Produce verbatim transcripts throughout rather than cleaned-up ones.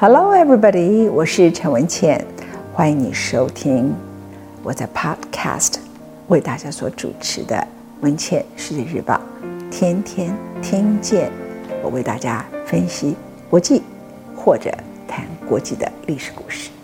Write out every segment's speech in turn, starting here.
Hello, everybody！ 我是陈文茜，欢迎你收听我在 Podcast 为大家所主持的文茜世界日报，天天听见我为大家分析国际或者谈国际的历史故事。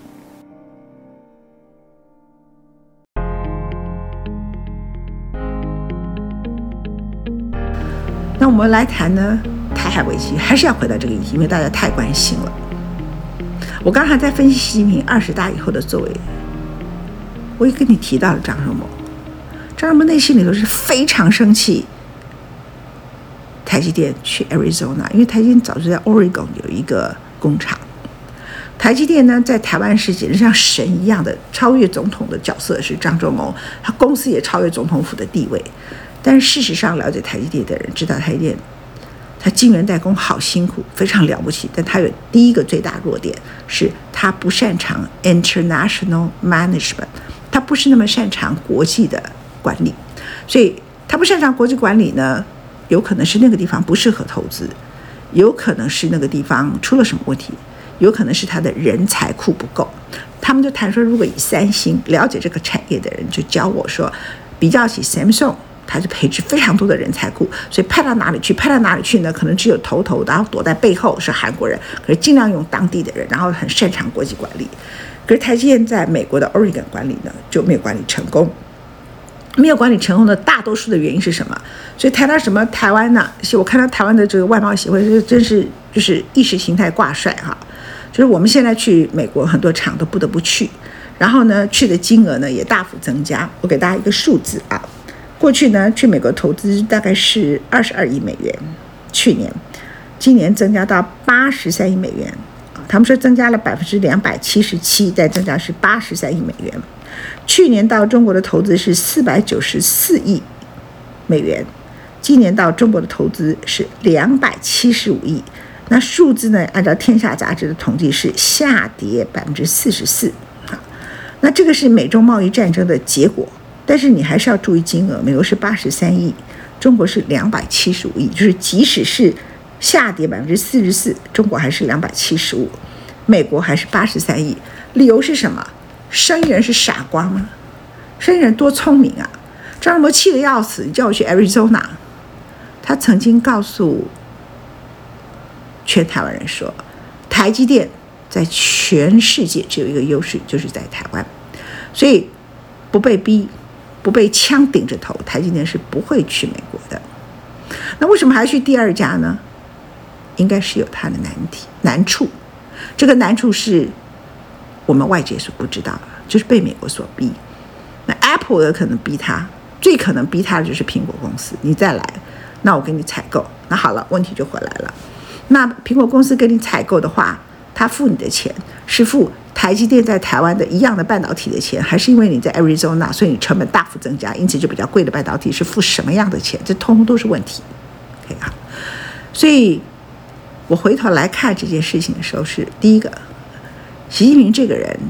那我们来谈呢，台海危机，还是要回到这个议题，因为大家太关心了。我刚才在分析习近平二十大以后的作为，我也跟你提到了张忠谋。张忠谋内心里头是非常生气台积电去 Arizona， 因为台积电早就在 Oregon 有一个工厂。台积电呢，在台湾是简直像神一样的，超越总统的角色是张忠谋，他公司也超越总统府的地位。但是事实上，了解台积电的人知道，台积电它晶圆代工好辛苦，非常了不起，但它有第一个最大弱点是它不擅长 international management， 它不是那么擅长国际的管理，所以它不擅长国际管理呢，有可能是那个地方不适合投资，有可能是那个地方出了什么问题，有可能是它的人才库不够。他们就谈说，如果以三星了解这个产业的人就教我说，比较起 Samsung，他就配置非常多的人才库，所以派到哪里去，派到哪里去呢？可能只有头头，然后躲在背后是韩国人，可是尽量用当地的人，然后很擅长国际管理。可是台积电在美国的 Oregon 管理呢，就没有管理成功。没有管理成功的大多数的原因是什么？所以谈到什么台湾呢？我看到台湾的这个外贸协会，真是就是意识形态挂帅哈。就是我们现在去美国很多厂都不得不去，然后呢，去的金额呢也大幅增加。我给大家一个数字啊。过去呢，去美国投资大概是二十二亿美元，去年，今年增加到八十三亿美元，他们说增加了百分之两百七十七，再增加是八十三亿美元。去年到中国的投资是四百九十四亿美元，今年到中国的投资是两百七十五亿。那数字呢，按照天下杂志的统计是下跌百分之四十四。那这个是美中贸易战争的结果。但是你还是要注意金额，美国是八十三亿，中国是两百七十五亿，就是即使是下跌百分之四十四，中国还是两百七十五，美国还是八十三亿。理由是什么？生意人是傻瓜吗？生意人多聪明啊！张忠谋气得要死，你叫我去 Arizona， 他曾经告诉全台湾人说，台积电在全世界只有一个优势，就是在台湾，所以不被逼。不被枪顶着头，台积电是不会去美国的。那为什么还去第二家呢？应该是有它的难题、难处。这个难处是我们外界所不知道的，就是被美国所逼。那 Apple 有可能逼他，最可能逼他的就是苹果公司。你再来，那我给你采购。那好了，问题就回来了。那苹果公司给你采购的话，他付你的钱是付台积电在台湾的一样的半导体的钱，还是因为你在 Arizona， 所以你成本大幅增加，因此就比较贵的半导体是付什么样的钱？这通通都是问题。OK 啊，所以我回头来看这件事情的时候是，第一个，习近平这个人，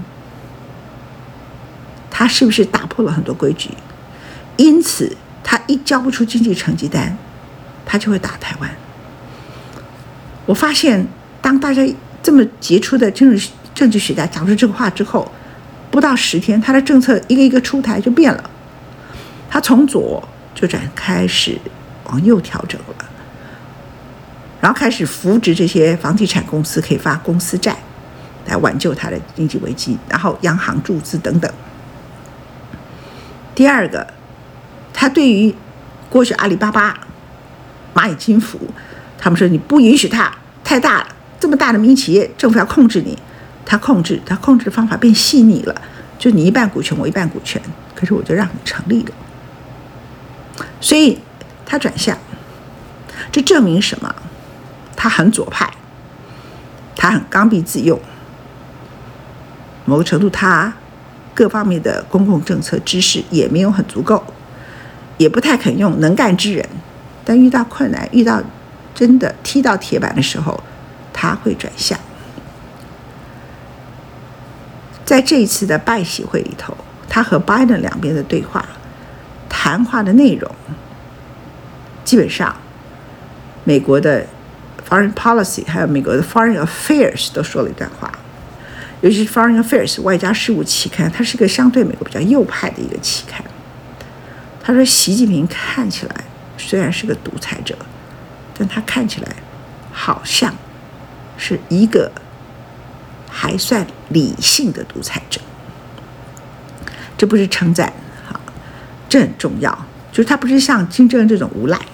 他是不是打破了很多规矩？因此，他一交不出经济成绩单，他就会打台湾。我发现，当大家这么杰出的政治政治学家讲出这个话之后，不到十天，他的政策一个一个出台就变了。他从左就转开始往右调整了，然后开始扶植这些房地产公司可以发公司债来挽救他的经济危机，然后央行注资等等。第二个，他对于过去阿里巴巴、蚂蚁金服，他们说你不允许它太大了，这么大的民营企业，政府要控制你。他控制，他控制的方法变细腻了，就你一半股权，我一半股权，可是我就让你成立了。所以他转向，这证明什么？他很左派，他很刚愎自用，某个程度他各方面的公共政策知识也没有很足够，也不太肯用能干之人，但遇到困难，遇到真的踢到铁板的时候，他会转向。在这一次的拜习会里头，他和拜登两边的对话谈话的内容，基本上美国的 foreign policy 还有美国的 foreign affairs 都说了一段话，尤其是 foreign affairs 外交事务期刊，它是个相对美国比较右派的一个期刊。他说习近平看起来虽然是个独裁者，但他看起来好像是一个还算理性的独裁者。这不是称赞，这很重要，就是他不是像金正恩这种无赖。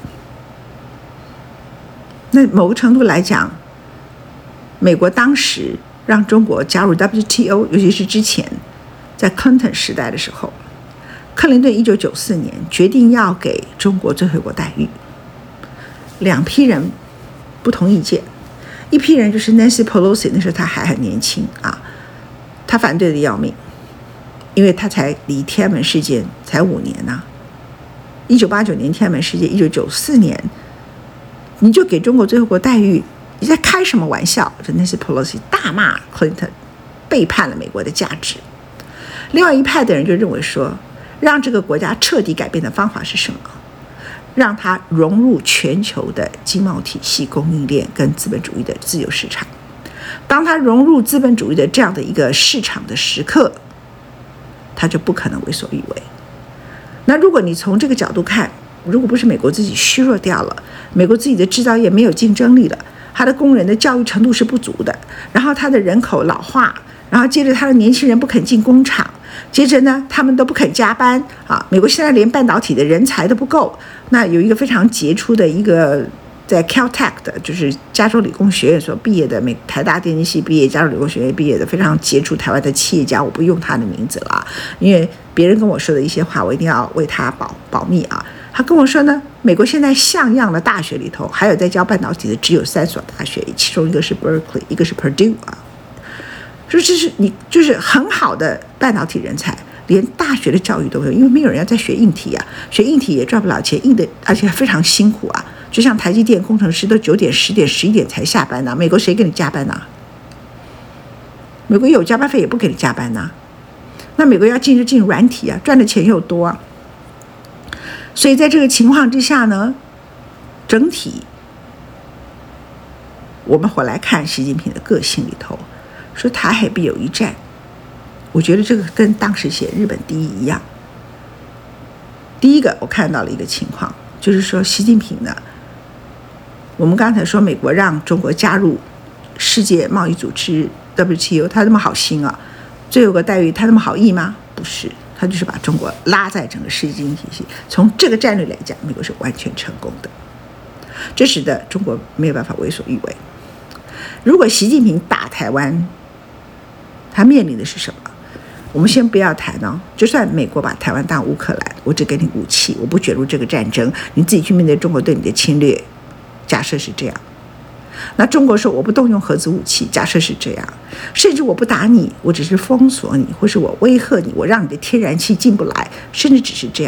那某个程度来讲，美国当时让中国加入 W T O， 尤其是之前在 Clinton 时代的时候，克林顿一九九四年决定要给中国最惠国待遇，两批人不同意见，一批人就是 Nancy Pelosi， 那时候他还很年轻啊，他反对的要命，因为他才离天安门事件才五年呐、啊，一九八九年天安门事件，一九九四年你就给中国最惠国待遇，你在开什么玩笑？这 Nancy Pelosi 大骂 Clinton 背叛了美国的价值。另外一派的人就认为说，让这个国家彻底改变的方法是什么？让它融入全球的经贸体系、供应链跟资本主义的自由市场。当它融入资本主义的这样的一个市场的时刻，它就不可能为所欲为。那如果你从这个角度看，如果不是美国自己虚弱掉了，美国自己的制造业没有竞争力了，它的工人的教育程度是不足的，然后它的人口老化，然后接着它的年轻人不肯进工厂，接着呢他们都不肯加班啊！美国现在连半导体的人才都不够。那有一个非常杰出的一个在 Caltech 的，就是加州理工学院所毕业的，美台大电机系毕业，加州理工学院毕业的非常杰出台湾的企业家，我不用他的名字了，因为别人跟我说的一些话，我一定要为他保保密啊。他跟我说呢，美国现在像样的大学里头，还有在教半导体的只有三所大学，其中一个是 Berkeley， 一个是 Purdue 啊。说这是你就是很好的半导体人才，连大学的教育都没有，因为没有人要再学硬体啊，学硬体也赚不了钱，硬的而且非常辛苦啊。就像台积电工程师都九点、十点、十一点才下班呢、啊，美国谁给你加班呢、啊？美国有加班费也不给你加班呢、啊。那美国要进就进软体啊，赚的钱又多啊。所以在这个情况之下呢，整体我们回来看习近平的个性里头，说台海必有一战，我觉得这个跟当时写日本第一一样。第一个我看到了一个情况，就是说习近平呢，我们刚才说美国让中国加入世界贸易组织 W T O， 他那么好心啊，最有个待遇他那么好意吗？不是，他就是把中国拉在整个世界经济体系。从这个战略来讲，美国是完全成功的，这使得中国没有办法为所欲为。如果习近平打台湾，他面临的是什么？我们先不要谈哦，就算美国把台湾当乌克兰，我只给你武器，我不卷入这个战争，你自己去面对中国对你的侵略。假设是这样，那中国说我不动用核子武器，假设是这样，甚至我不打你，我只是封锁你，或是我威吓你，我让你的天然气进不来，甚至只是这样，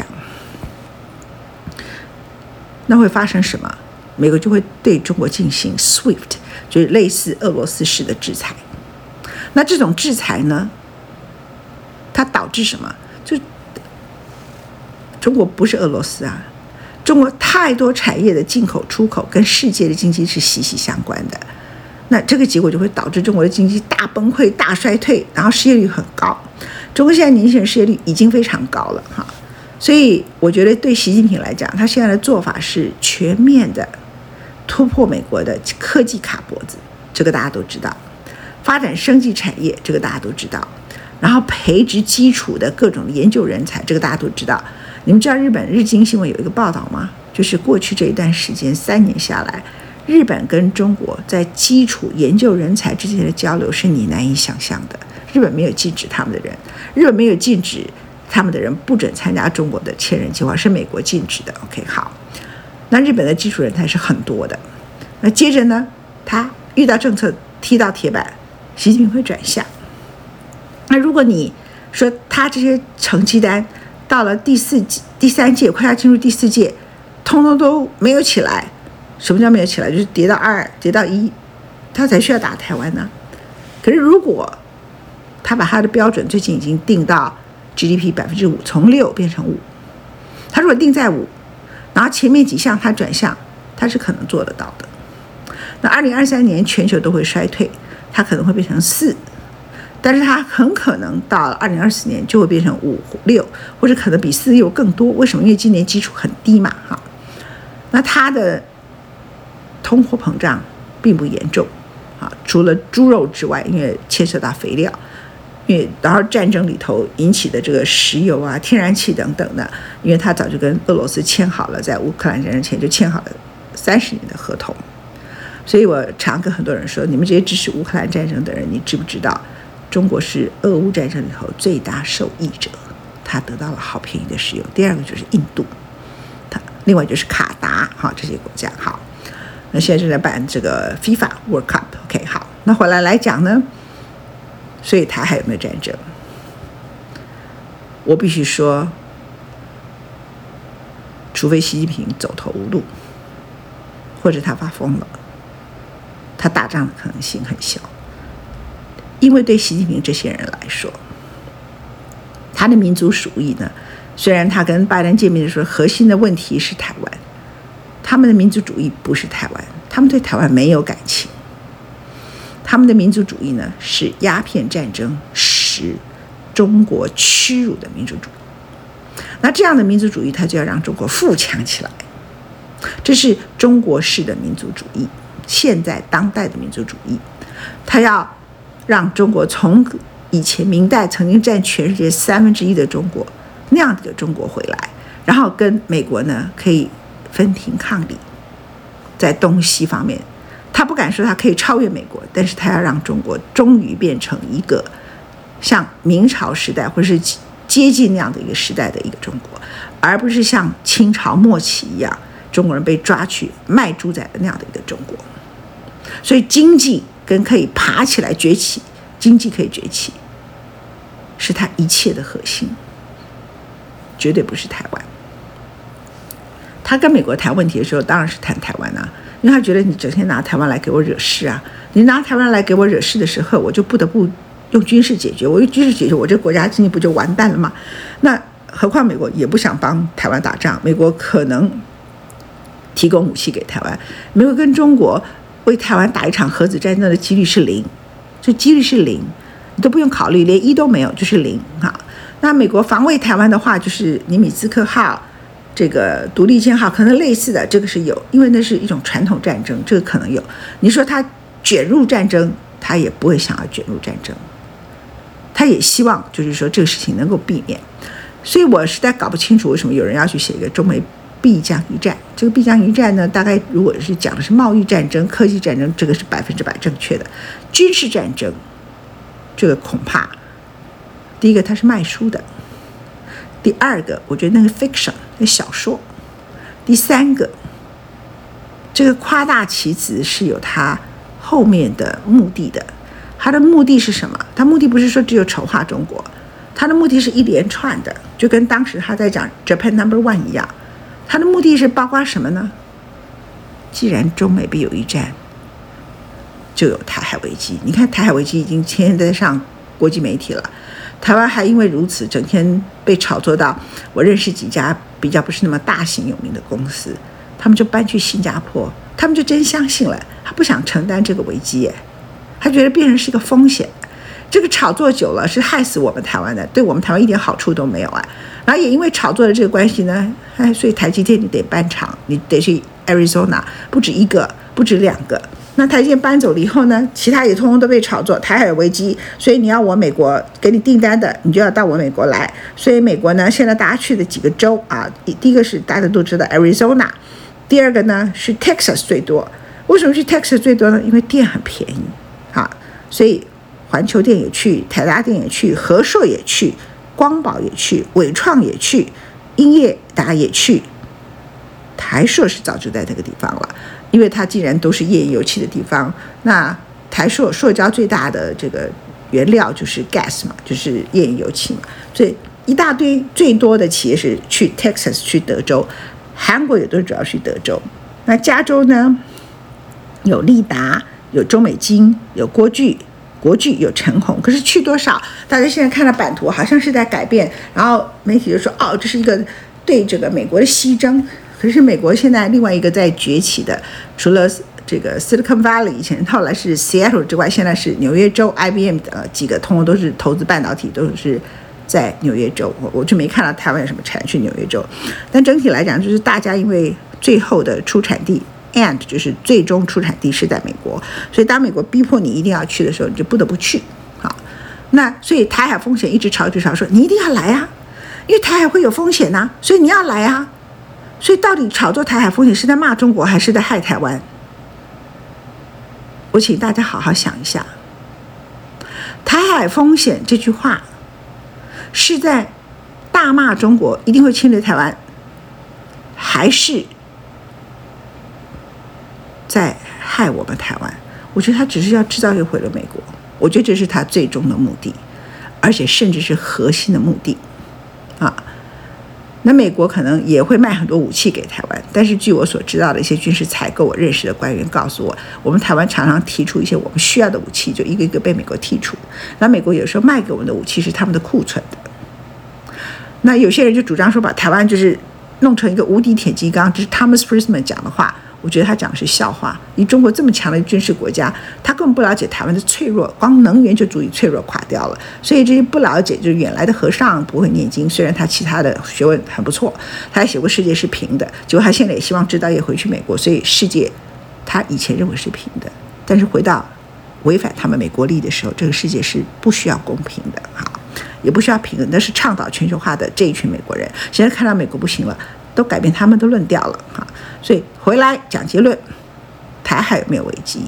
那会发生什么？美国就会对中国进行 SWIFT， 就是类似俄罗斯式的制裁。那这种制裁呢，它导致什么？就中国不是俄罗斯啊，中国太多产业的进口出口跟世界的经济是息息相关的。那这个结果就会导致中国的经济大崩溃、大衰退，然后失业率很高。中国现在年轻人失业率已经非常高了哈，所以我觉得对习近平来讲，他现在的做法是全面的突破美国的科技卡脖子，这个大家都知道；发展生技产业，这个大家都知道；然后培植基础的各种研究人才，这个大家都知道。你们知道日本日经新闻有一个报道吗？就是过去这一段时间三年下来，日本跟中国在基础研究人才之间的交流是你难以想象的。日本没有禁止他们的人，日本没有禁止他们的人不准参加中国的千人计划，是美国禁止的。OK， 好，那日本的基础人才是很多的。那接着呢，他遇到政策踢到铁板，习近平会转向。那如果你说他这些成绩单到了第四第三届，快要进入第四届，通通都没有起来。什么叫没有起来？就是跌到二，跌到一，他才需要打台湾呢。可是如果他把他的标准最近已经定到 G D P 百分之五，从六变成五，他如果定在五，然后前面几项他转向，他是可能做得到的。 那二零二三年全球都会衰退，它可能会变成四，但是它很可能到二零二四年就会变成五六，或者可能比四又更多。为什么？因为今年基础很低嘛，哈。那它的通货膨胀并不严重啊，除了猪肉之外，因为牵涉到肥料，因为然后战争里头引起的这个石油啊、天然气等等的，因为它早就跟俄罗斯签好了，在乌克兰战争前就签好了三十年的合同。所以我常跟很多人说，你们这些支持乌克兰战争的人，你知不知道中国是俄乌战争里头最大受益者，他得到了好便宜的石油。第二个就是印度，他另外就是卡达，好，这些国家。好，那现在正在办这个 FIFA World Cup，OK， 好，那回来来讲呢，所以台海有没有战争？我必须说，除非习近平走投无路，或者他发疯了，他打仗的可能性很小。因为对习近平这些人来说，他的民族主义呢，虽然他跟拜登见面的时候核心的问题是台湾，他们的民族主义不是台湾，他们对台湾没有感情，他们的民族主义呢是鸦片战争使中国屈辱的民族主义。那这样的民族主义，他就要让中国富强起来，这是中国式的民族主义，现在当代的民族主义，他要让中国从以前明代曾经占全世界三分之一的中国那样的中国回来，然后跟美国呢可以分庭抗礼，在东西方面，他不敢说他可以超越美国，但是他要让中国终于变成一个像明朝时代或是接近那样的一个时代的一个中国，而不是像清朝末期一样中国人被抓去卖猪仔的那样的一个中国。所以经济跟可以爬起来崛起，经济可以崛起，是他一切的核心，绝对不是台湾。他跟美国谈问题的时候，当然是谈台湾啊，因为他觉得你整天拿台湾来给我惹事啊，你拿台湾来给我惹事的时候，我就不得不用军事解决，我用军事解决，我这个国家经济不就完蛋了吗？那何况美国也不想帮台湾打仗，美国可能提供武器给台湾，美国跟中国为台湾打一场核子战争的几率是零，这几率是零，你都不用考虑，连一都没有，就是零哈。那美国防卫台湾的话，就是尼米兹克号、这个独立舰号，可能类似的，这个是有，因为那是一种传统战争，这个可能有。你说他卷入战争，他也不会想要卷入战争，他也希望就是说这个事情能够避免。所以我实在搞不清楚为什么有人要去写一个中美必将一战。这个必将一战呢，大概如果是讲的是贸易战争、科技战争，这个是百分之百正确的。军事战争，这个恐怕第一个它是卖书的，第二个我觉得那个 fiction 那小说，第三个这个夸大其词是有它后面的目的的。它的目的是什么？它目的不是说只有丑化中国，它的目的是一连串的，就跟当时他在讲 Japan Number One 一样。它的目的是包括什么呢？既然中美必有一战，就有台海危机。你看台海危机已经天天在上国际媒体了，台湾还因为如此整天被炒作到，我认识几家比较不是那么大型有名的公司，他们就搬去新加坡，他们就真相信了，他不想承担这个危机耶，他觉得变成是一个风险。这个炒作久了是害死我们台湾的，对我们台湾一点好处都没有啊。然后也因为炒作的这个关系呢，哎，所以台积电你得搬厂，你得去 Arizona， 不止一个，不止两个。那台积电搬走了以后呢，其他也通通都被炒作，台海危机，所以你要我美国给你订单的，你就要到我美国来。所以美国呢，现在大家去的几个州啊，第一个是大家都知道 Arizona， 第二个呢是 Texas 最多。为什么去 Texas 最多呢？因为电很便宜啊，所以环球电也去，台达电也去，和硕也去，光宝也去，伟创也去，英业达也去，台硕是早就在这个地方了，因为它既然都是页岩油气的地方，那台硕塑胶最大的这个原料就是 gas 嘛，就是页岩油气嘛，所以一大堆最多的企业是去 Texas 去德州，韩国也都主要去德州。那加州呢，有立达，有中美金，有国巨。国巨有陈红，可是去多少？大家现在看到版图好像是在改变，然后媒体就说哦，这是一个对这个美国的西征。可是美国现在另外一个在崛起的，除了这个 Silicon Valley 以前后来是 Seattle 之外，现在是纽约州 I B M 的几个，通通都是投资半导体，都是在纽约州。我我就没看到台湾有什么产去纽约州，但整体来讲，就是大家因为最后的出产地 and 就是最终出产地是在美国，所以当美国逼迫你一定要去的时候，你就不得不去。好，那所以台海风险一直吵一直吵，说你一定要来啊，因为台海会有风险啊，所以你要来啊。所以到底炒作台海风险是在骂中国还是在害台湾？我请大家好好想一下，台海风险这句话是在大骂中国一定会侵略台湾，还是在害我们台湾？我觉得他只是要制造一个毁了美国，我觉得这是他最终的目的，而且甚至是核心的目的啊。那美国可能也会卖很多武器给台湾，但是据我所知道的一些军事采购我认识的官员告诉我，我们台湾常常提出一些我们需要的武器，就一个一个被美国剔除。那美国有时候卖给我们的武器是他们的库存的。那有些人就主张说把台湾就是弄成一个无敌铁金刚，这是 Thomas Friedman 讲的话，我觉得他讲的是笑话。以中国这么强的军事国家，他根本不了解台湾的脆弱，光能源就足以脆弱垮掉了。所以这些不了解，就是远来的和尚不会念经，虽然他其他的学问很不错，他还写过世界是平的，结果他现在也希望制造业回去美国，所以世界他以前认为是平的，但是回到违反他们美国利益的时候，这个世界是不需要公平的，好，也不需要平等，那是倡导全球化的这一群美国人，现在看到美国不行了，都改变他们的论调了哈。所以回来讲结论，台海有没有危机？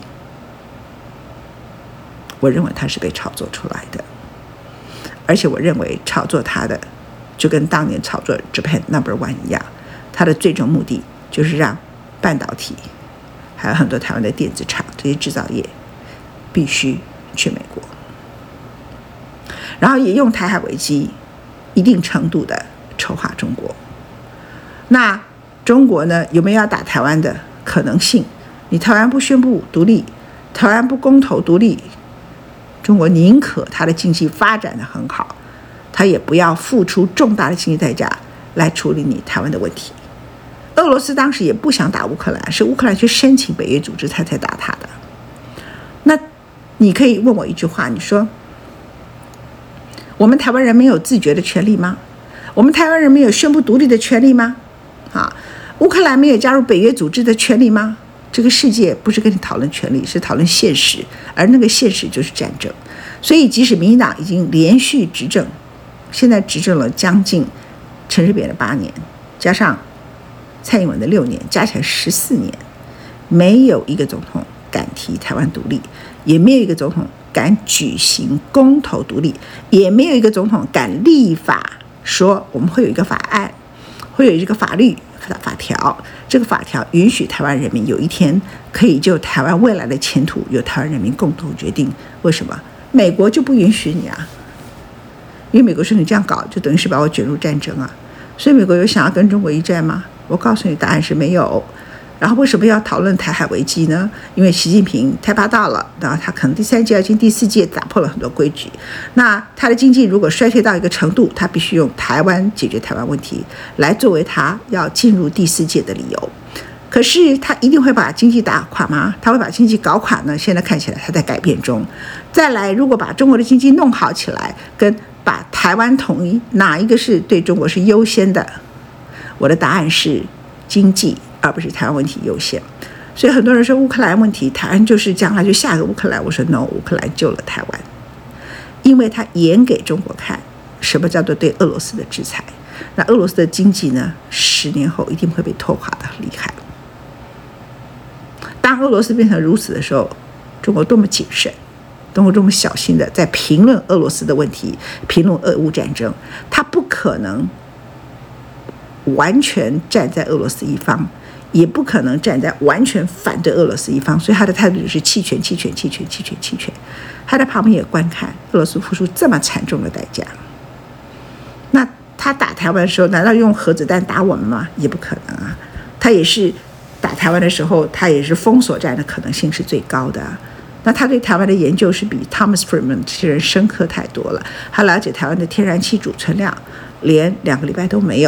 我认为它是被炒作出来的，而且我认为炒作它的就跟当年炒作 Japan Number One 一样，它的最终目的就是让半导体还有很多台湾的电子厂这些制造业必须去美国，然后也用台海危机一定程度的丑化中国。那中国呢，有没有要打台湾的可能性？你台湾不宣布独立，台湾不公投独立，中国宁可它的经济发展得很好，它也不要付出重大的经济代价来处理你台湾的问题。俄罗斯当时也不想打乌克兰，是乌克兰去申请北约组织才才打他的。那你可以问我一句话，你说我们台湾人没有自觉的权利吗？我们台湾人没有宣布独立的权利吗？啊，乌克兰没有加入北约组织的权利吗？这个世界不是跟你讨论权利，是讨论现实，而那个现实就是战争。所以即使民进党已经连续执政，现在执政了将近陈水扁的八年，加上蔡英文的六年，加起来十四年，没有一个总统敢提台湾独立，也没有一个总统敢举行公投独立，也没有一个总统敢立法说我们会有一个法案，会有一个法律法条，这个法条允许台湾人民有一天可以就台湾未来的前途由台湾人民共同决定。为什么美国就不允许你啊？因为美国说你这样搞就等于是把我卷入战争啊。所以美国有想要跟中国一战吗？我告诉你答案是没有。然后为什么要讨论台海危机呢？因为习近平太霸道了，然后他可能第三届要进第四届打破了很多规矩。那他的经济如果衰退到一个程度，他必须用台湾解决台湾问题来作为他要进入第四届的理由。可是他一定会把经济打垮吗？他会把经济搞垮呢？现在看起来他在改变中。再来，如果把中国的经济弄好起来，跟把台湾统一，哪一个是对中国是优先的？我的答案是经济，而不是台湾问题优先。所以很多人说乌克兰问题，台湾就是将来就下个乌克兰。我说 no， 乌克兰救了台湾，因为他演给中国看什么叫做对俄罗斯的制裁。那俄罗斯的经济呢，十年后一定会被拖垮的厉害。当俄罗斯变成如此的时候，中国多么谨慎，中国多么小心的在评论俄罗斯的问题，评论俄乌战争，他不可能完全站在俄罗斯一方，也不可能站在完全反对俄罗斯一方，所以他的态度就是弃权弃权弃权弃权弃权。他在旁边也观看俄罗斯付出这么惨重的代价。那他打台湾的时候，难道用核子弹打我们吗？也不可能啊。他也是打台湾的时候，他也是封锁战的可能性是最高的啊。那他对台湾的研究是比 Thomas Friedman 这些人深刻太多了。他了解台湾的天然气储存量连两个礼拜都没有。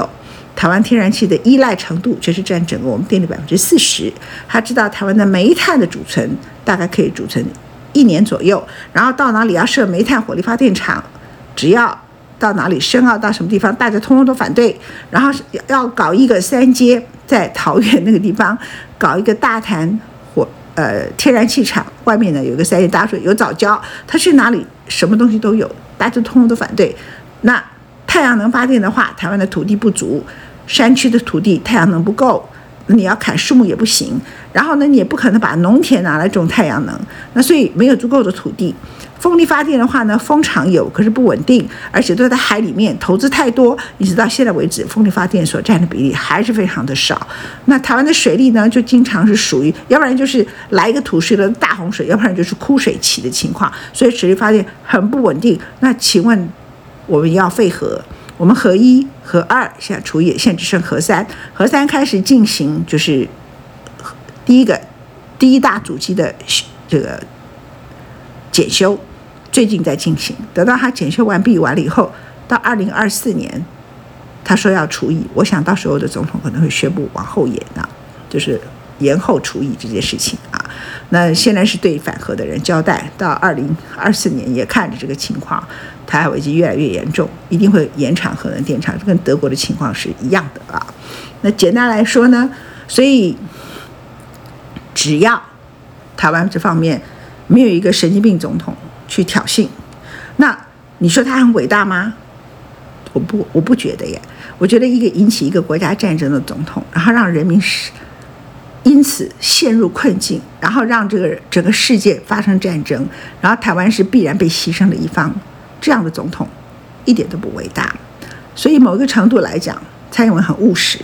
台湾天然气的依赖程度就是占整个我们电力百分之四十。他知道台湾的煤炭的储存大概可以储存一年左右，然后到哪里要设煤炭火力发电厂，只要到哪里深澳到什么地方，大家通通都反对。然后要搞一个三接，在桃园那个地方搞一个大潭火呃天然气厂，外面呢有一个三接大水，有藻礁，他去哪里什么东西都有，大家通通都反对。那太阳能发电的话，台湾的土地不足，山区的土地太阳能不够，你要砍树木也不行。然后呢，你也不可能把农田拿来种太阳能，那所以没有足够的土地。风力发电的话呢，风场有，可是不稳定，而且都在海里面，投资太多，一直到现在为止，风力发电所占的比例还是非常的少。那台湾的水利呢，就经常是属于，要不然就是来一个土石流的大洪水，要不然就是枯水期的情况，所以水利发电很不稳定。那请问我们要废核？我们核一、核二现在除以，现在只剩核三，核三开始进行就是第一个第一大主机的这个检修，最近在进行。等到他检修完毕完了以后，到二零二四年，他说要除役，我想到时候的总统可能会宣布往后延啊，就是延后除役这件事情啊。那现在是对反核的人交代，到二零二四年也看着这个情况，台海危机越来越严重，一定会延长核能电厂，跟德国的情况是一样的啊。那简单来说呢，所以只要台湾这方面没有一个神经病总统去挑衅，那你说他很伟大吗？我不，我不觉得耶。我觉得一个引起一个国家战争的总统，然后让人民因此陷入困境，然后让这个整个世界发生战争，然后台湾是必然被牺牲的一方，这样的总统一点都不伟大。所以某一个程度来讲，蔡英文很务实。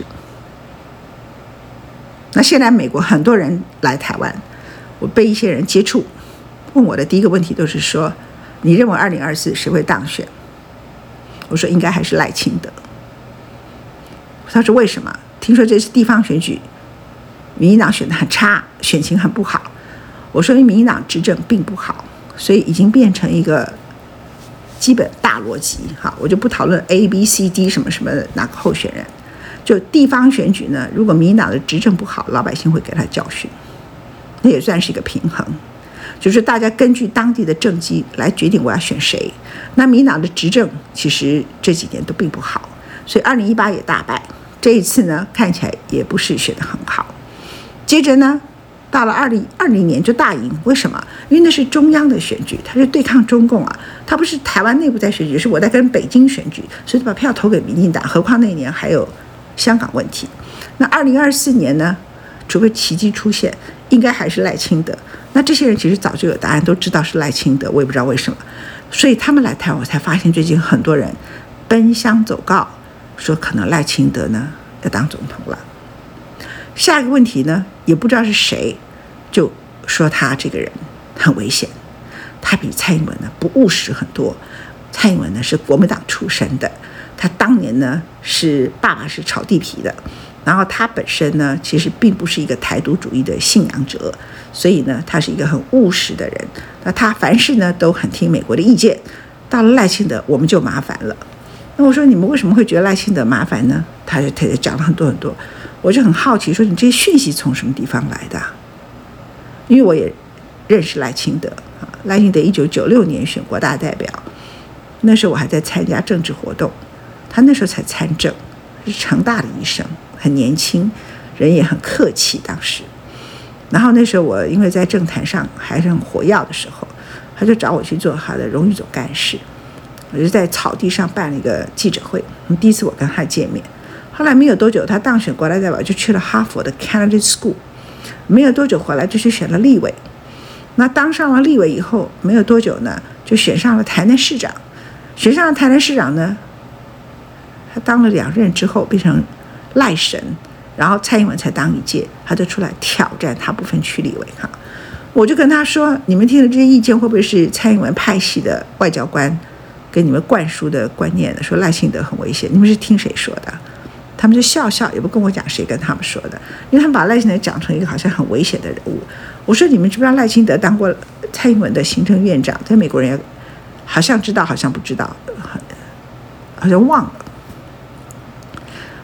那现在美国很多人来台湾，我被一些人接触，问我的第一个问题都是说，你认为二零二四谁会当选？我说应该还是赖清德。他说为什么？听说这是地方选举，民进党选得很差，选情很不好。我说民进党执政并不好，所以已经变成一个基本大逻辑。好，我就不讨论 A B C D 什么什么的哪个候选人。就地方选举呢，如果民进党的执政不好，老百姓会给他教训，那也算是一个平衡。就是大家根据当地的政绩来决定我要选谁。那民进党的执政其实这几年都并不好，所以二零一八也大败，这一次呢看起来也不是选得很好。接着呢，到了二零二零年就大赢，为什么？因为那是中央的选举，它是对抗中共啊，它不是台湾内部在选举，是我在跟北京选举，所以把票投给民进党。何况那一年还有香港问题。那二零二四年呢，除非奇迹出现，应该还是赖清德。那这些人其实早就有答案，都知道是赖清德，我也不知道为什么。所以他们来台湾，我才发现最近很多人奔相走告，说可能赖清德呢要当总统了。下一个问题呢，也不知道是谁，就说他这个人很危险，他比蔡英文呢不务实很多。蔡英文呢是国民党出身的，他当年呢是爸爸是炒地皮的，然后他本身呢其实并不是一个台独主义的信仰者，所以呢他是一个很务实的人。那他凡事呢都很听美国的意见。到了赖清德，我们就麻烦了。那我说你们为什么会觉得赖清德麻烦呢？他就他就讲了很多很多，我就很好奇，说你这些讯息从什么地方来的？因为我也认识赖清德啊，赖清德一九九六年选国大代表，那时候我还在参加政治活动，他那时候才参政，是成大的医生，很年轻，人也很客气。当时，然后那时候我因为在政坛上还是很活跃的时候，他就找我去做他的荣誉总干事。我就在草地上办了一个记者会，第一次我跟他见面。后来没有多久，他当选国大代表，就去了哈佛的 Kennedy School。没有多久回来就去选了立委。那当上了立委以后，没有多久呢，就选上了台南市长。选上了台南市长呢，他当了两任之后变成赖神，然后蔡英文才当一届，他就出来挑战他不分区立委哈。我就跟他说，你们听的这些意见会不会是蔡英文派系的外交官给你们灌输的观念呢？说赖清德很危险，你们是听谁说的？他们就笑笑，也不跟我讲谁跟他们说的，因为他们把赖清德讲成一个好像很危险的人物。我说你们知不知道赖清德当过蔡英文的行政院长？在美国人也好像知道，好像不知道，好像忘了。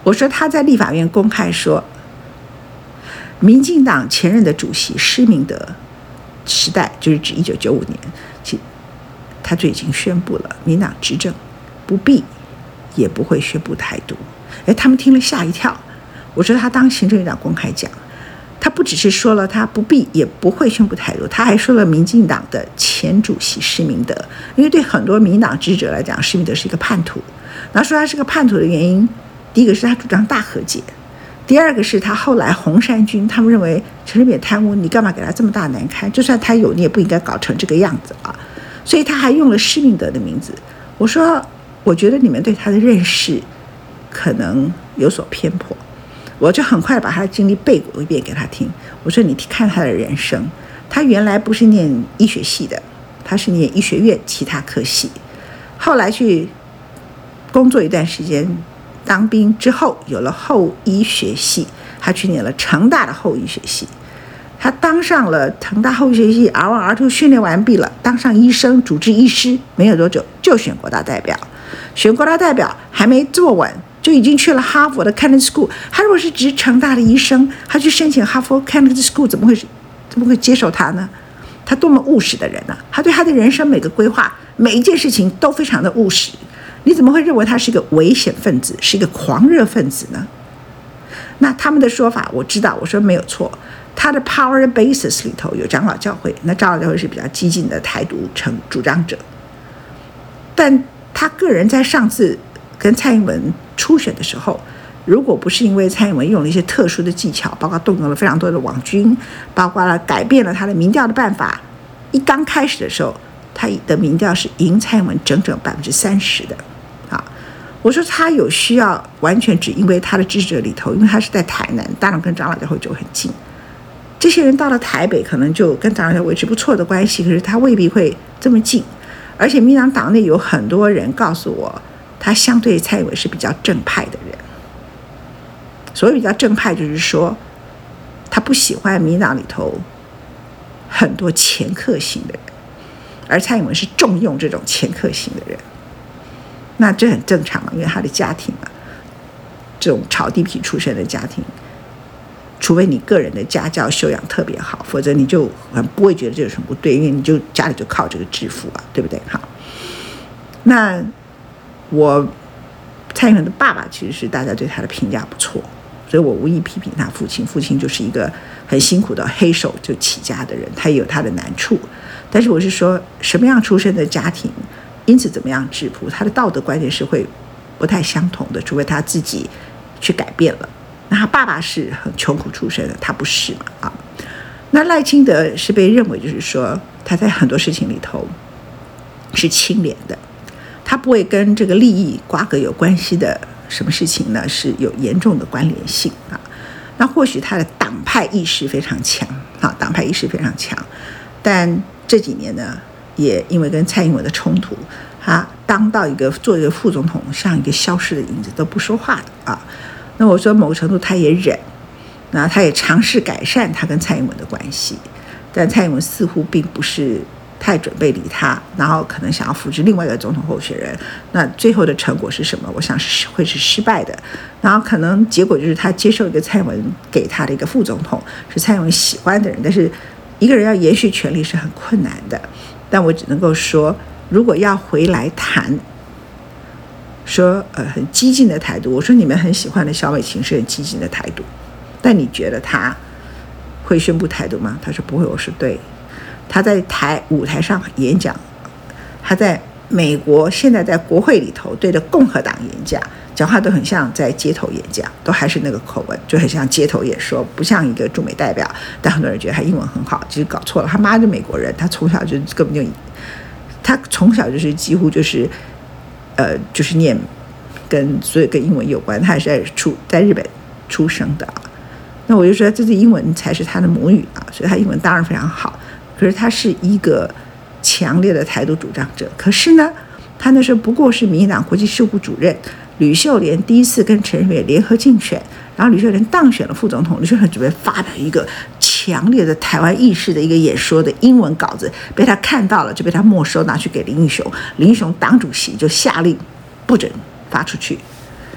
我说他在立法院公开说，民进党前任的主席施明德时代，就是指一九九五年，其他就已经宣布了，民党执政不必也不会宣布台独。哎，他们听了吓一跳。我说他当行政院长公开讲，他不只是说了他不必也不会宣布台独，他还说了民进党的前主席施明德，因为对很多民进党支持者来讲，施明德是一个叛徒。然后说他是个叛徒的原因，第一个是他主张大和解，第二个是他后来红衫军他们认为陈水扁贪污，你干嘛给他这么大难堪？就算他有，你也不应该搞成这个样子啊！所以他还用了施明德的名字。我说，我觉得你们对他的认识可能有所偏颇。我就很快把他的经历背过一遍给他听。我说，你看他的人生，他原来不是念医学系的，他是念医学院其他科系，后来去工作一段时间，当兵之后有了后医学系，他去念了成大的后医学系，他当上了成大后医学系 R 一 R 二 训练完毕了，当上医生主治医师，没有多久就选国大代表，选国大代表还没坐稳就已经去了哈佛的 Kennedy School。 他如果是职成大的医生，他去申请哈佛 Kennedy School， 怎么会怎么会接受他呢？他多么务实的人啊，他对他的人生每个规划每一件事情都非常的务实，你怎么会认为他是一个危险分子，是一个狂热分子呢？那他们的说法我知道，我说没有错，他的 power basis 里头有长老教会，那长老教会是比较激进的台独成主张者，但他个人在上次跟蔡英文初选的时候，如果不是因为蔡英文用了一些特殊的技巧，包括动用了非常多的网军，包括了改变了他的民调的办法，一刚开始的时候他的民调是赢蔡英文整整百分之三十的啊！我说他有需要完全只因为他的支持者里头，因为他是在台南，当然跟长老教会就很近，这些人到了台北可能就跟长老教会维持不错的关系，可是他未必会这么近。而且民进党党内有很多人告诉我，他相对蔡英文是比较正派的人。所谓比较正派，就是说他不喜欢民进党里头很多掮客型的人，而蔡英文是重用这种掮客型的人。那这很正常嘛，因为他的家庭嘛，这种炒地皮出身的家庭，除非你个人的家教修养特别好，否则你就很不会觉得这有什么不对，因为你就家里就靠这个致富啊，对不对？好，那我蔡英文的爸爸其实是大家对他的评价不错，所以我无意批评他父亲。父亲就是一个很辛苦的黑手就起家的人，他也有他的难处。但是我是说，什么样出身的家庭，因此怎么样质朴，他的道德观念是会不太相同的，除非他自己去改变了。那他爸爸是很穷苦出身的，他不是嘛啊？那赖清德是被认为就是说他在很多事情里头是清廉的，他不会跟这个利益瓜葛有关系的什么事情呢是有严重的关联性啊。那或许他的党派意识非常强啊，党派意识非常强，但这几年呢，也因为跟蔡英文的冲突，他当到一个做一个副总统，像一个消失的影子，都不说话的啊。那我说某个程度他也忍，那他也尝试改善他跟蔡英文的关系，但蔡英文似乎并不是太准备理他，然后可能想要扶植另外一个总统候选人，那最后的成果是什么？我想是会是失败的。然后可能结果就是他接受一个蔡英文给他的一个副总统，是蔡英文喜欢的人，但是一个人要延续权力是很困难的。但我只能够说，如果要回来谈说呃很激进的台独，我说你们很喜欢的萧美琴是很激进的台独，但你觉得他会宣布台独吗？他说不会。我说对，他在台舞台上演讲，他在美国现在在国会里头对着共和党演讲，讲话都很像在街头演讲，都还是那个口吻，就很像街头演说，不像一个驻美代表。但很多人觉得他英文很好，其实搞错了，他妈是美国人，他从小就根本就他从小就是几乎就是呃就是念跟所有跟英文有关，他也是在出在日本出生的啊。那我就说这是英文才是他的母语啊，所以他英文当然非常好。可是他是一个强烈的台独主张者，可是呢，他那时候不过是民进党国际事务主任，吕秀莲第一次跟陈水扁联合竞选，然后吕秀莲当选了副总统，吕秀莲准备发表一个强烈的台湾意识的一个演说的英文稿子，被他看到了，就被他没收，拿去给林义雄，林义雄党主席就下令不准发出去。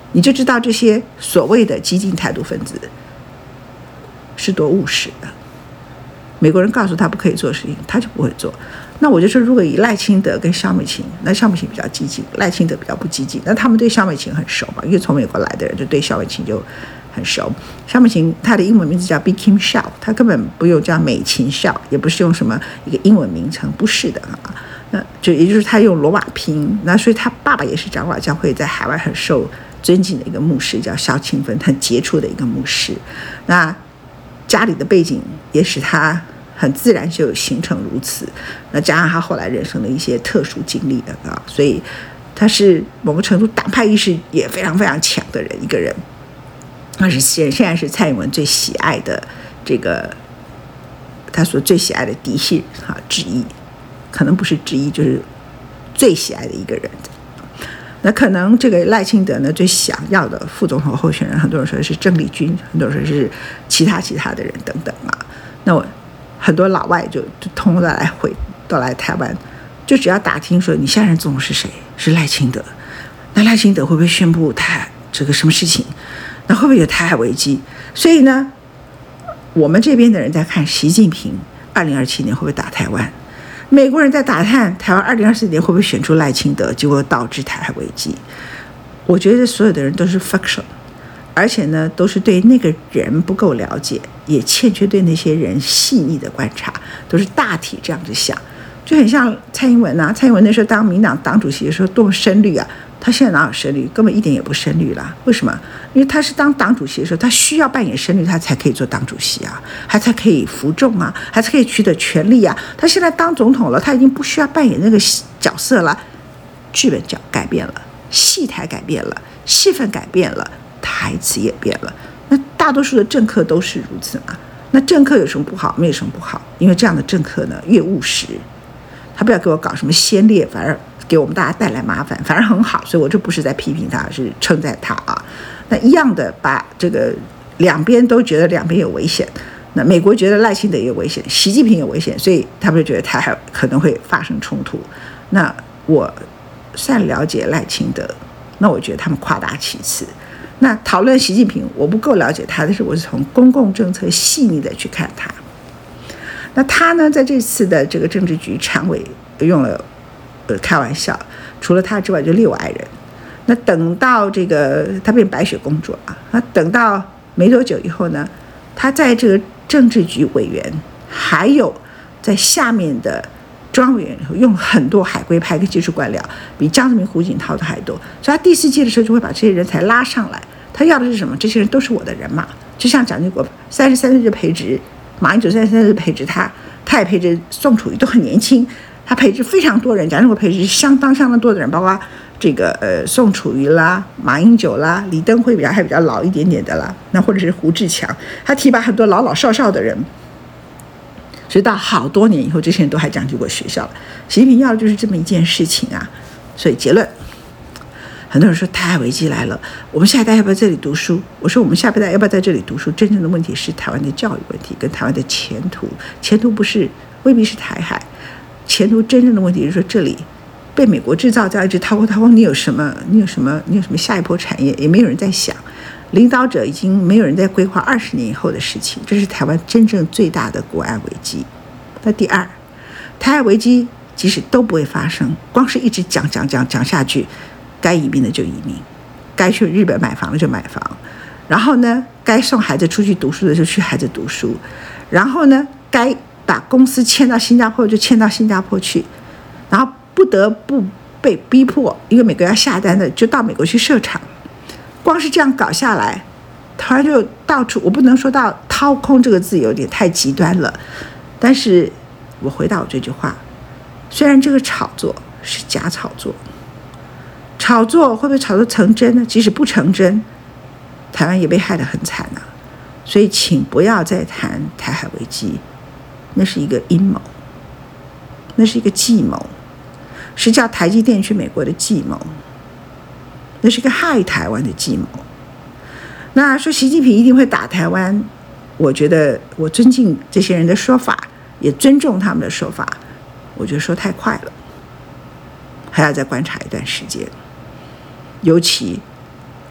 你就知道这些所谓的激进台独分子是多务实的。美国人告诉他不可以做事情，他就不会做。那我就说，如果以赖清德跟萧美琴，那萧美琴比较激进，赖清德比较不激进，那他们对萧美琴很熟嘛，因为从美国来的人就对萧美琴就很熟。萧美琴她的英文名字叫 B. Kim Shaw， 她根本不用叫美琴孝，也不是用什么一个英文名称，不是的啊。那就也就是她用罗马拼音，那所以她爸爸也是长老教会在海外很受尊敬的一个牧师，叫萧清芬，很杰出的一个牧师。那家里的背景也使他很自然就形成如此，那加上他后来人生的一些特殊经历的啊，所以他是某个程度党派意识也非常非常强的人一个人。他是现现在是蔡英文最喜爱的这个他所最喜爱的嫡系啊之一，可能不是之一，就是最喜爱的一个人。那可能这个赖清德呢最想要的副总统候选人，很多人说是郑丽君，很多人说是其他其他的人等等嘛。那我很多老外就就通通来回都来台湾，就只要打听说你下任总统是谁，是赖清德。那赖清德会不会宣布台这个什么事情？那会不会有台海危机？所以呢，我们这边的人在看习近平二零二七年会不会打台湾。美国人在打探台湾二零二四年会不会选出赖清德，结果导致台海危机。我觉得所有的人都是 fiction， 而且呢，都是对那个人不够了解，也欠缺对那些人细腻的观察，都是大体这样子想，就很像蔡英文啊。蔡英文那时候当民党党主席的时候多么深绿啊，他现在哪有深绿？根本一点也不深绿啦。为什么？因为他是当党主席的时候，他需要扮演深绿，他才可以做党主席啊，还才可以服众啊，还才可以取得权力啊。他现在当总统了，他已经不需要扮演那个角色了，剧本角改变了，戏台改变了，戏份改变了，台词也变了。那大多数的政客都是如此嘛。那政客有什么不好？没有什么不好，因为这样的政客呢越务实，他不要给我搞什么先烈，反而给我们大家带来麻烦，反而很好。所以我这不是在批评他，是称赞他啊。那一样的把这个两边都觉得两边有危险，那美国觉得赖清德有危险，习近平有危险，所以他们就觉得台海可能会发生冲突。那我算了解赖清德，那我觉得他们夸大其词。那讨论习近平，我不够了解他，但是我是从公共政策细腻的去看他。那他呢，在这次的这个政治局常委用了呃开玩笑，除了他之外就六爱人。那等到这个他变白雪公主了，那等到没多久以后呢，他在这个政治局委员，还有在下面的中央委员用很多海归派跟技术官僚，比江泽民、胡锦涛的还多。所以他第四届的时候就会把这些人才拉上来。他要的是什么？这些人都是我的人马。就像蒋经国三十三岁就培植，马英九三十三岁培植他，他也培植宋楚瑜，都很年轻。他培植非常多人，蒋经国培植相当相当多的人，包括这个呃宋楚瑜啦、马英九啦、李登辉比较还比较老一点点的啦，那或者是胡志强，他提拔很多老老少少的人。所以到好多年以后，这些人都还讲究过学校了。习近平要的就是这么一件事情啊。所以结论，很多人说台海危机来了，我们下一代要不要在这里读书？我说我们下一代要不要在这里读书？真正的问题是台湾的教育问题跟台湾的前途，前途不是未必是台海，前途真正的问题是说这里被美国制造，在一直掏空掏空，你有什么？你有什么？你有什么下一波产业？也没有人在想。领导者已经没有人在规划二十年以后的事情，这是台湾真正最大的国安危机。那第二，台海危机即使都不会发生，光是一直讲讲讲讲下去，该移民的就移民，该去日本买房的就买房，然后呢，该送孩子出去读书的就去孩子读书，然后呢，该把公司迁到新加坡就迁到新加坡去，然后不得不被逼迫，因为美国要下单的就到美国去设厂。光是这样搞下来，台湾就到处，我不能说到掏空这个字有点太极端了，但是我回到我这句话，虽然这个炒作是假炒作，炒作会不会炒作成真呢？即使不成真，台湾也被害得很惨啊。所以请不要再谈台海危机，那是一个阴谋，那是一个计谋，是叫台积电去美国的计谋，那是一个害台湾的计谋。那说习近平一定会打台湾，我觉得我尊敬这些人的说法，也尊重他们的说法，我觉得说太快了，还要再观察一段时间。尤其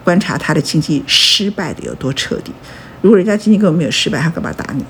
观察他的经济失败的有多彻底。如果人家经济根本没有失败，他干嘛打你？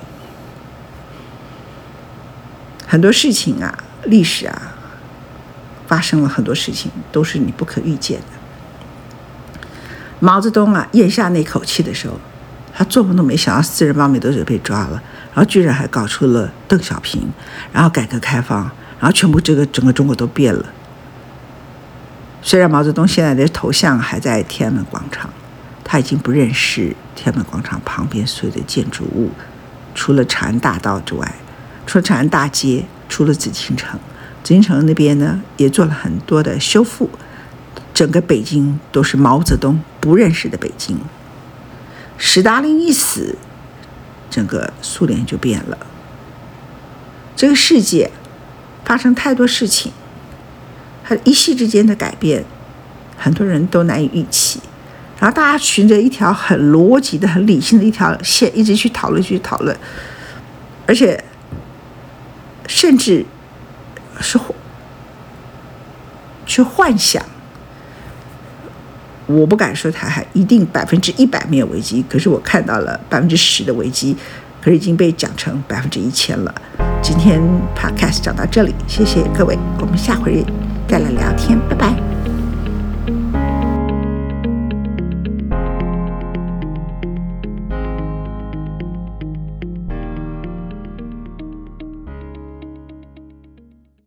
很多事情啊，历史啊，发生了很多事情都是你不可预见的。毛泽东啊咽下那口气的时候，他做梦都没想到四人帮没多久被抓了，然后居然还搞出了邓小平，然后改革开放，然后全部这个整个中国都变了。虽然毛泽东现在的头像还在天安门广场，他已经不认识天安门广场旁边所有的建筑物，除了长安大道之外，除了长安大街，除了紫禁城，紫禁城那边呢也做了很多的修复，整个北京都是毛泽东不认识的北京。史达林一死，整个苏联就变了。这个世界发生太多事情，它一夕之间的改变，很多人都难以预期。然后大家循着一条很逻辑的、很理性的一条线，一直去讨论、去讨论，而且甚至是去幻想。我不敢说它还一定百分之一百没有危机，可是我看到了百分之十的危机，可是已经被讲成百分之一千了。今天 podcast 讲到这里，谢谢各位，我们下回再来聊天，拜拜。